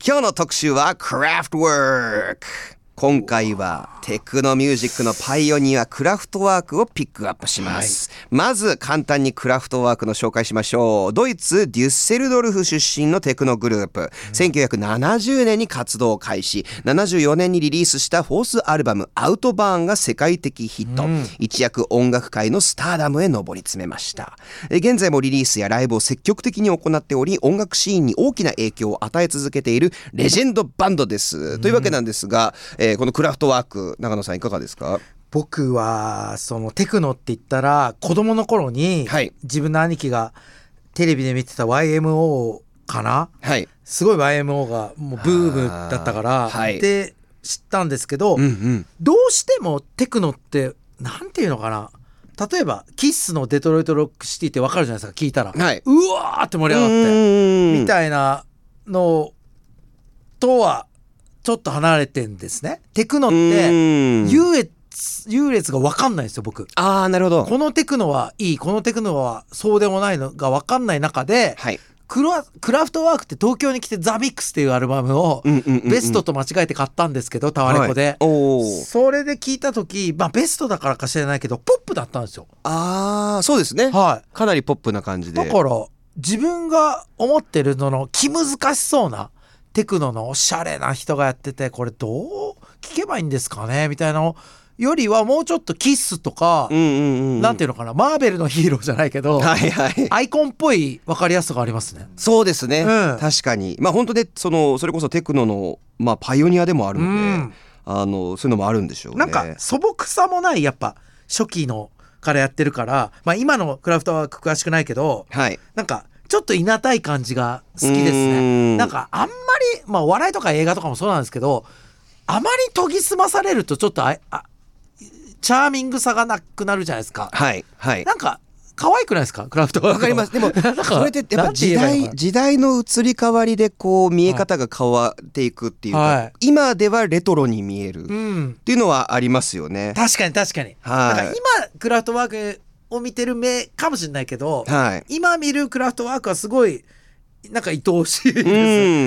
今日の特集はクラフトワーク。今回はテクノミュージックのパイオニアクラフトワークをピックアップします、まず簡単にクラフトワークの紹介しましょう。ドイツデュッセルドルフ出身のテクノグループ、1970年に活動を開始、74年にリリースしたフォースアルバムアウトバーンが世界的ヒット、一躍音楽界のスターダムへ上り詰めました。現在もリリースやライブを積極的に行っており、音楽シーンに大きな影響を与え続けているレジェンドバンドです、というわけなんですが、このクラフトワーク、長野さんいかがですか？ 僕はそのテクノって言ったら子供の頃に、自分の兄貴がテレビで見てた YMO かな、すごい YMO がもうブームだったから、で知ったんですけど、どうしてもテクノってなんていうのかな、例えばキッスのデトロイトロックシティって分かるじゃないですか、聞いたら、うわーって盛り上がってみたいなのとはちょっと離れてんですね。テクノって優劣が分かんないんですよ、僕。 なるほど。 このテクノはいい、このテクノはそうでもないのが分かんない中で、クラフトワークって東京に来てザ・ミックスっていうアルバムをベストと間違えて買ったんですけど、タワレコで、それで聞いた時、ベストだからか知らないけどポップだったんですよ。 そうですね、かなりポップな感じで。 だから自分が思ってるのの気難しそうなテクノのおしゃれな人がやってて、これどう聞けばいいんですかねみたいなのよりは、もうちょっとキッスとか、なんていうのかな、マーベルのヒーローじゃないけど、アイコンっぽい分かりやすさがありますね。 そうですね、確かに本当でそれこそテクノの、パイオニアでもあるので、そういうのもあるんでしょうね。 なんか素朴さもない、やっぱ初期のからやってるから、今のクラフトワーク詳しくないけど、なんかちょっといなたい感じが好きですね。なんかあんまり、お笑いとか映画とかもそうなんですけど、あまり研ぎ澄まされるとちょっとチャーミングさがなくなるじゃないですか。なんか可愛くないですか、クラフトワーク。わかります。 でもそれってやっぱ時代の移り変わりでこう見え方が変わっていくっていうか、今ではレトロに見えるっていうのはありますよね。 確かにだから今クラフトワークを見てる目かもしれないけど、今見るクラフトワークはすごいなんか愛おしいです。もう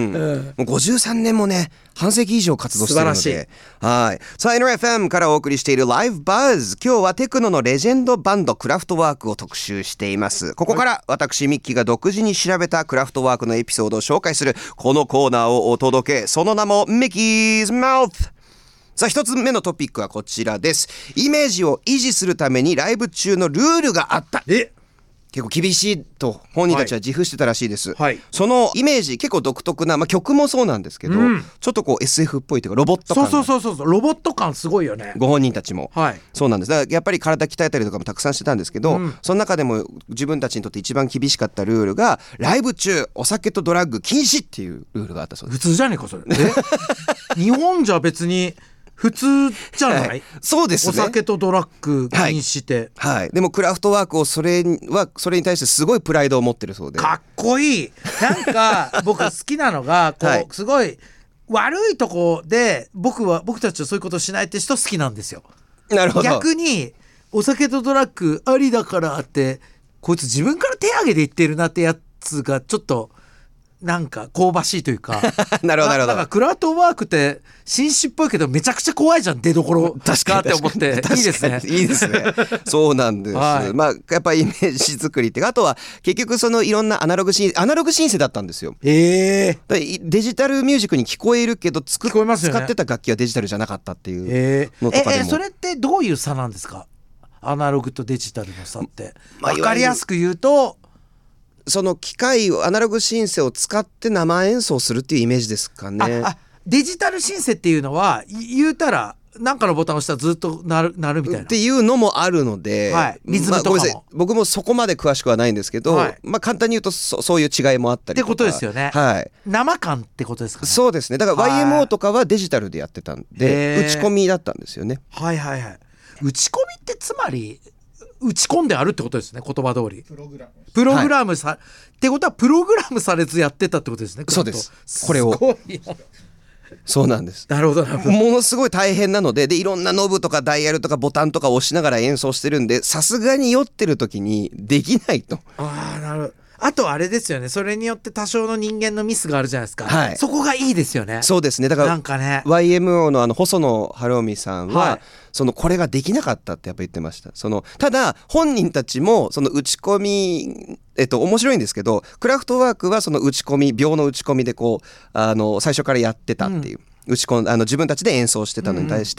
53年もね、半世紀以上活動してるので。素晴らしい。さあ NRFM からお送りしている Live Buzz、 今日はテクノのレジェンドバンドクラフトワークを特集しています。ここから私ミッキーが独自に調べたクラフトワークのエピソードを紹介するこのコーナーをお届け、その名もミッキーズマウス。さあ一つ目のトピックはこちらです。イメージを維持するためにライブ中のルールがあった。結構厳しいと本人たちは自負してたらしいです、そのイメージ結構独特な、曲もそうなんですけど、ちょっとこう SF っぽいというかロボット感、 そうロボット感すごいよね。 ご本人たちも、そうなんです。だからやっぱり体鍛えたりとかもたくさんしてたんですけど、その中でも自分たちにとって一番厳しかったルールが、ライブ中お酒とドラッグ禁止っていうルールがあったそうです。 普通じゃねえかそれ。日本じゃ別に普通じゃない？ そうですね。 お酒とドラッグ禁止して、 でもクラフトワークをそれに対してすごいプライドを持ってるそうで、 かっこいい。なんか僕好きなのがこう、すごい悪いとこで僕たちはそういうことしないって人好きなんですよ。 なるほど。 逆にお酒とドラッグありだからって、こいつ自分から手挙げて言ってるなってやつがちょっとなんか香ばしいというかなるほど。 なんかクラフトワークって紳士っぽいけどめちゃくちゃ怖いじゃん、出どころがって思っていいですね。 いいですね。そうなんです、やっぱりイメージ作りっていうか、あとは結局そのいろんなアナログシンセだったんですよ。デジタルミュージックに聞こえるけど使ってた楽器はデジタルじゃなかったっていうのとかでも、 それってどういう差なんですか、アナログとデジタルの差って。分かりやすく言うと、 その機械をアナログシンセを使って生演奏するっていうイメージですかね。 デジタルシンセっていうのは言うたら何かのボタンを押したらずっと鳴るみたいなっていうのもあるので、 リズムとかも、 ごめんなさい、僕もそこまで詳しくはないんですけど、簡単に言うとそういう違いもあったりとかってことですよね。生感ってことですかね。 そうですね。だから YMO とかはデジタルでやってたんで、打ち込みだったんですよね。 打ち込みってつまり打ち込んであるってことですね、言葉通り。プログラムってことはプログラムされずやってたってことですね。 そうです。これをすごいな。 そうなんです。 なるほどものすごい大変なので、いろんなノブとかダイヤルとかボタンとか押しながら演奏してるんで、さすがに酔ってる時にできないと。 なるほど。 あとあれですよね、それによって多少の人間のミスがあるじゃないですか、 はい、 そこがいいですよね。 そうですね。だからなんかね YMO の細野晴臣さんは、 はい、 これができなかったってやっぱ言ってました。ただ本人たちもその打ち込み面白いんですけど、クラフトワークはその打ち込み、秒の打ち込みでこう最初からやってたっていう、打ち込ん自分たちで演奏してたのに対して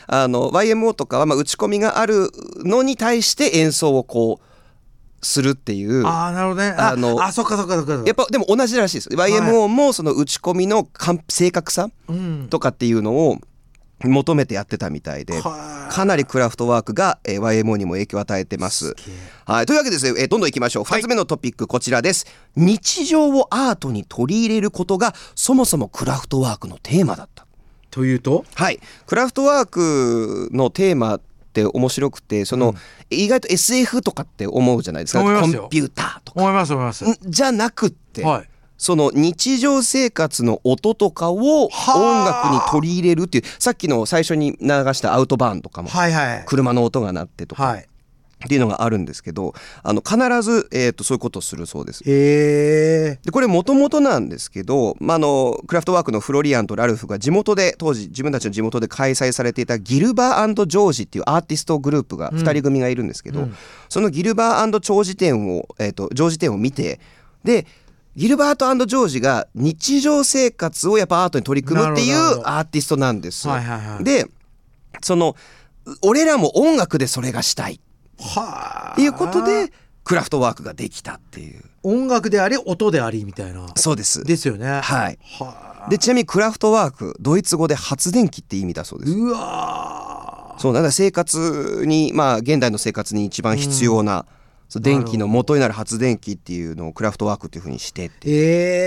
、YMO とかは打ち込みがあるのに対して演奏をこうするっていう。 なるほどね。そっかそっかそっか。 やっぱでも同じらしいです。YMO もその打ち込みの正確さとかっていうのを求めてやってたみたいで、かなりクラフトワークが YMO にも影響を与えてます。はい、というわけでですね、どんどんいきましょう。2つ目のトピックこちらです。日常をアートに取り入れることがそもそもクラフトワークのテーマだった。 というと、 はい、クラフトワークのテーマって面白くて、意外と SF とかって思うじゃないですか。コンピューターとか思いますじゃなくって、 はい、 その日常生活の音とかを音楽に取り入れるっていう、さっきの最初に流したアウトバーンとかも、車の音が鳴ってとか、っていうのがあるんですけど、必ず、そういうことをするそうです。でこれもともとなんですけど、クラフトワークのフロリアンとラルフが当時自分たちの地元で開催されていたギルバー&ジョージっていうアーティストグループが2人組がいるんですけど、そのギルバー&ジョージ展を見て、でギルバート&ジョージが日常生活をやっぱアートに取り組むっていうアーティストなんです。で俺らも音楽でそれがしたいっていうことでクラフトワークができたっていう。 音楽であり音でありみたいな。 そうですよね。 はい。でちなみにクラフトワークドイツ語で発電機って意味だそうです。 うわそうなんだ。生活に現代の生活に一番必要な、電気の元になる発電機っていうのをクラフトワークっていう風にしてって。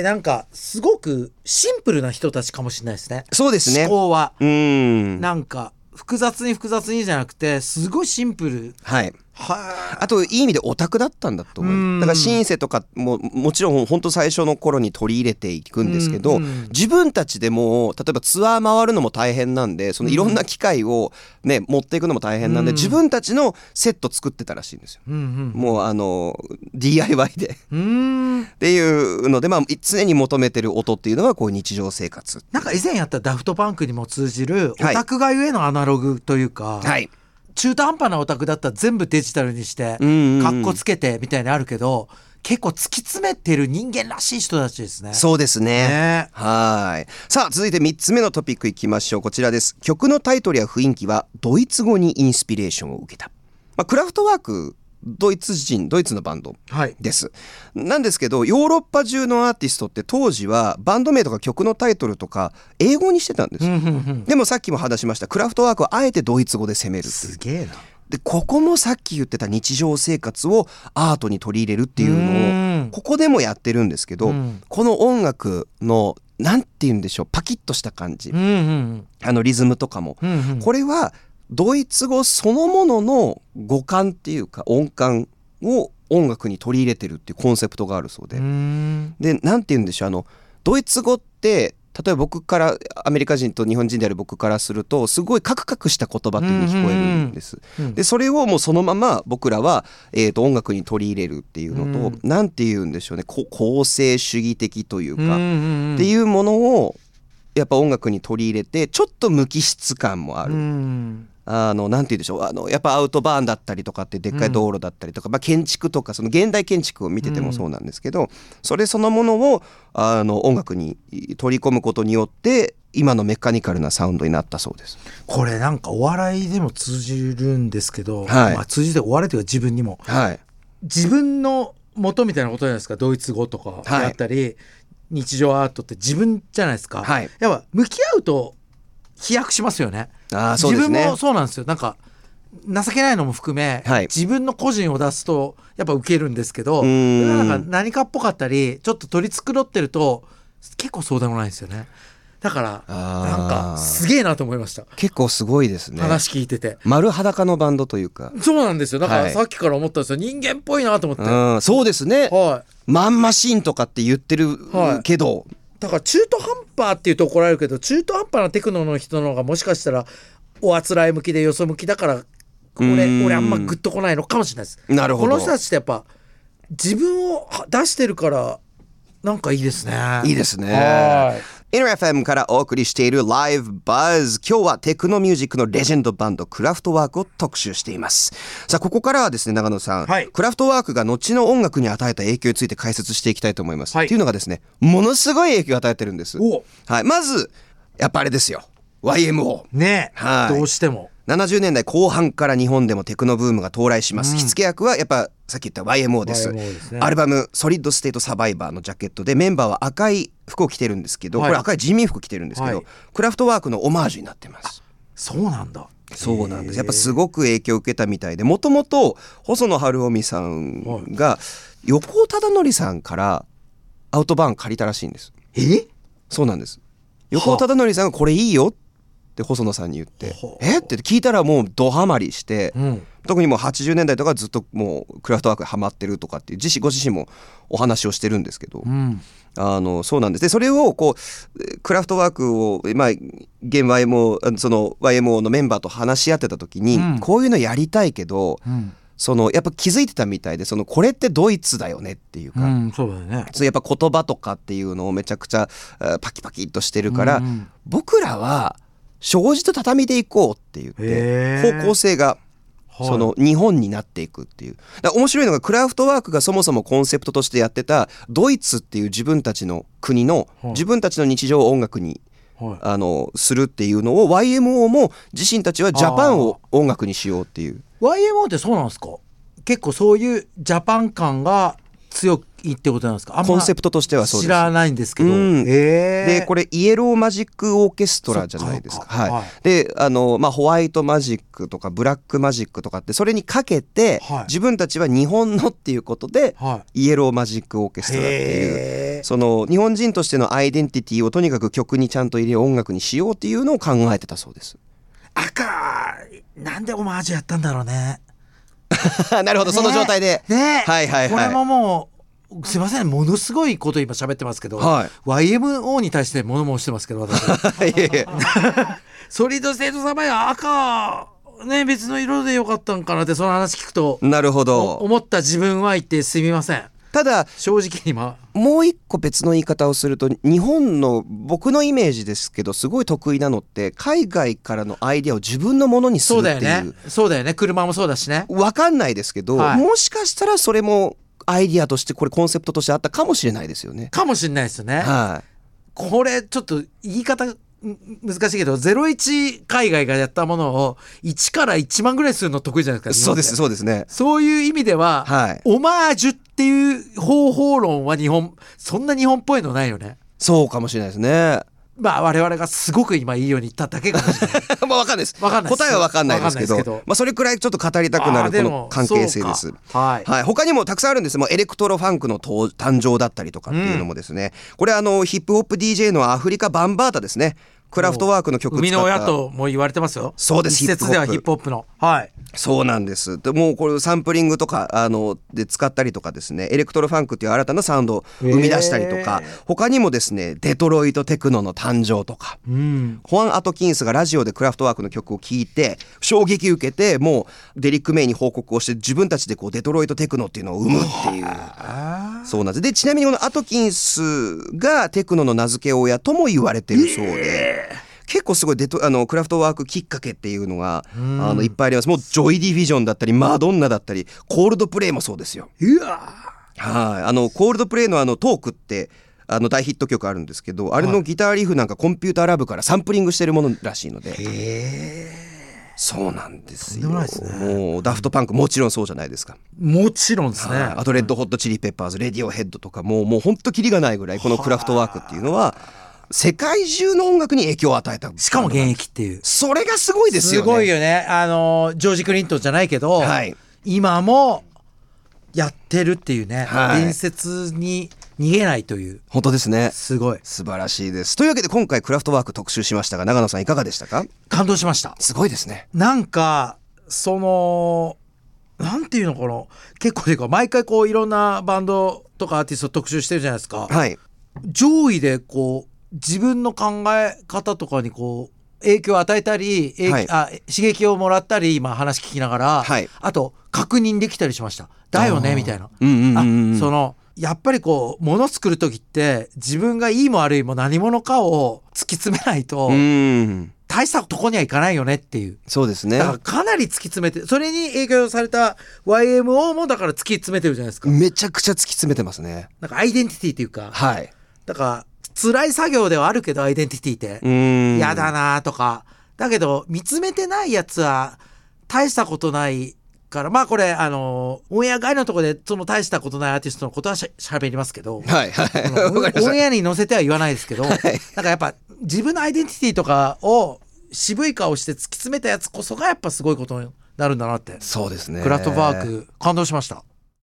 なんかすごくシンプルな人たちかもしれないですね。 そうですね。 思考はなんか複雑にじゃなくてすごいシンプル。 はいあといい意味でオタクだったんだと思う。だからシンセとかもちろん本当最初の頃に取り入れていくんですけど、自分たちでも例えばツアー回るのも大変なんで、そのいろんな機械をね持っていくのも大変なんで、自分たちのセット作ってたらしいんですよ。もうDIY でっていうので、常に求めてる音っていうのはこう日常生活。 なんか以前やったダフトパンクにも通じるオタクがゆえのアナログというか、中途半端なオタクだったら全部デジタルにしてカッコつけてみたいにあるけど、結構突き詰めてる人間らしい人たちですね。 そうですね。はい。さあ続いて3つ目のトピックいきましょう。こちらです。曲のタイトルや雰囲気はドイツ語にインスピレーションを受けた。クラフトワークドイツのバンドです、なんですけど、ヨーロッパ中のアーティストって当時はバンド名とか曲のタイトルとか英語にしてたんですよ。でもさっきも話しましたクラフトワークはあえてドイツ語で攻めるっていう。 すげえな。 でここもさっき言ってた日常生活をアートに取り入れるっていうのをここでもやってるんですけど、この音楽のなんて言うんでしょう、パキッとした感じ、リズムとかも、これはドイツ語そのものの語感っていうか音感を音楽に取り入れてるっていうコンセプトがあるそうで、でなんて言うんでしょう、ドイツ語って例えば僕からアメリカ人と日本人である僕からするとすごいカクカクした言葉っていう風に聞こえるんです、でそれをもうそのまま僕らは、音楽に取り入れるっていうのと、なんて言うんでしょうね、構成主義的というか、っていうものをやっぱ音楽に取り入れてちょっと無機質感もある。なんて言うんでしょう、やっぱアウトバーンだったりとかってでっかい道路だったりとか、建築とかその現代建築を見ててもそうなんですけど、それそのものを音楽に取り込むことによって今のメカニカルなサウンドになったそうです。 これなんかお笑いでも通じるんですけど、通じてお笑いというか自分にも、自分の元みたいなことじゃないですか。ドイツ語とかだったり、日常アートって自分じゃないですか、やっぱ向き合うと飛躍しますよね。 そうですね。 自分もそうなんですよ。なんか情けないのも含め、自分の個人を出すとやっぱウケるんですけど、なんか何かっぽかったりちょっと取り繕ってると結構そうでもないんですよね。だからなんかすげえなと思いました。 結構すごいですね。 話聞いてて丸裸のバンドというか。 そうなんですよ。だからさっきから思ったんですよ、人間っぽいなと思って。 そうですね、マンマシーンとかって言ってるけど、 だから中途半端っていうと怒られるけど、中途半端なテクノの人の方がもしかしたらおあつらい向きでよそ向きだから俺あんまグッとこないのかもしれないです。 なるほど。 この人たちってやっぱ自分を出してるからなんかいいですね。 いいですね。INNER FM からお送りしている Live Buzz。今日はテクノミュージックのレジェンドバンドクラフトワークを特集しています。さあここからはですね長野さん、クラフトワークが後の音楽に与えた影響について解説していきたいと思います。っていうのがですねものすごい影響を与えてるんです。まずやっぱあれですよ YMO ね、どうしても 70年代後半から日本でもテクノブームが到来します。火付け役はやっぱさっき言った YMO です。アルバムソリッドステートサバイバーのジャケットでメンバーは赤い服を着てるんですけど、これ赤い人民服着てるんですけど、クラフトワークのオマージュになってます。 そうなんだ。 そうなんです。やっぱすごく影響を受けたみたいで、もともと細野晴臣さんが横尾忠則さんからアウトバーン借りたらしいんです。そうなんです。横尾忠則さんがこれいいよって細野さんに言ってって聞いたらもうドハマりして、特にもう80年代とかずっともうクラフトワークハマってるとかっていうご自身もお話をしてるんですけど、そうなんです。でそれをこうクラフトワークを現 YMO その YMO のメンバーと話し合ってた時に、こういうのやりたいけど、そのやっぱ気づいてたみたいで、そのこれってドイツだよねっていうか、 そうだよね。 そうやっぱ言葉とかっていうのをめちゃくちゃパキパキっとしてるから、僕らは障子と畳でいこうって言って方向性がその日本になっていくっていう。だ面白いのがクラフトワークがそもそもコンセプトとしてやってたドイツっていう自分たちの国の自分たちの日常を音楽にするっていうのを YMO も自身たちはジャパンを音楽にしようっていう。 YMO ってそうなんですか？結構そういうジャパン感が強いってことなんですか？ コンセプトとしてはそうです。 知らないんですけど、 でこれイエローマジックオーケストラじゃないですか。でホワイトマジックとかブラックマジックとかってそれにかけて、自分たちは日本のっていうことで、イエローマジックオーケストラっていうその日本人としてのアイデンティティをとにかく曲にちゃんと入れ音楽にしようっていうのを考えてたそうです。 なんでオマージュやったんだろうね。 なるほど、その状態で、 これももうすいません、ものすごいこと今喋ってますけど、YMO に対して物申してますけど私ソリッドステートサバイバー赤ね別の色でよかったんかなってその話聞くとなるほど思った自分はいてすみません。 ただ正直にもう一個別の言い方をすると、日本の僕のイメージですけどすごい得意なのって海外からのアイデアを自分のものにするっていう。 そうだよね。車もそうだしね。 分かんないですけど、もしかしたらそれもアイディアとしてこれコンセプトとしてあったかもしれないですよね。 かもしれないですよね。これちょっと言い方難しいけど01海外がやったものを1から1万ぐらいするの得意じゃないですか。 そうですね。 そういう意味では、オマージュっていう方法論はそんな日本っぽいのないよね。 そうかもしれないですね。 我々がすごく今いいように言っただけかもしれない分かんないです。答えは分かんないですけど、それくらいちょっと語りたくなるこの関係性です。他にもたくさんあるんです。エレクトロファンクの誕生だったりとかっていうのもですね、これヒップホップ DJ のアフリカバンバータですね。クラフトワークの曲使った生みの親とも言われてますよ。 そうです。 一説ではヒップホップのそうなんです。でもうこれサンプリングとかで使ったりとかですね、エレクトロファンクっていう新たなサウンドを生み出したりとか、他にもですねデトロイトテクノの誕生とか、ホアン・アトキンスがラジオでクラフトワークの曲を聴いて衝撃受けて、もうデリック・メイに報告をして自分たちでこうデトロイトテクノっていうのを生むっていう。そうなんです。でちなみにこのアトキンスがテクノの名付け親とも言われてるそうで、結構すごいクラフトワークきっかけっていうのがいっぱいあります。もうジョイ・ディビジョンだったりマドンナだったりコールドプレイもそうですよ。コールドプレイのトークって大ヒット曲あるんですけど、あれのギターリフなんかコンピューターラブからサンプリングしてるものらしいので。そうなんですよ。もうダフトパンクもちろんそうじゃないですか。 もちろんですね。 あとレッドホットチリペッパーズ、レディオヘッドとかもうほんとキリがないぐらいこのクラフトワークっていうのは世界中の音楽に影響を与えた。 しかも現役っていう、 それがすごいですよね。 すごいよね。ジョージ・クリントンじゃないけど、今もやってるっていうね、伝説に逃げないという。 本当ですね。 すごい素晴らしいです。というわけで今回クラフトワーク特集しましたが、長野さんいかがでしたか？ 感動しました。 すごいですね。 なんかなんていうのかな、結構というか毎回こういろんなバンドとかアーティスト特集してるじゃないですか。上位でこう自分の考え方とかにこう影響を与えたり、刺激をもらったり、話聞きながら、あと確認できたりしました。だよねみたいな、そのやっぱりこう物作る時って自分がいいも悪いも何者かを突き詰めないと大したとこにはいかないよねっていう。 そうですね。 だからかなり突き詰めて、それに影響された YMO もだから突き詰めてるじゃないですか。 めちゃくちゃ突き詰めてますね。 なんかアイデンティティっていうか、 はい、 だから辛い作業ではあるけどアイデンティティって嫌だなとか、だけど見つめてないやつは大したことないから、まあこれオンエア外のところでその大したことないアーティストのことは喋りますけど、 はいはい、 オンエアに載せては言わないですけど、はい、なんかやっぱ自分のアイデンティティとかを渋い顔して突き詰めたやつこそがやっぱすごいことになるんだなって。 そうですね。 クラフトワーク感動しました。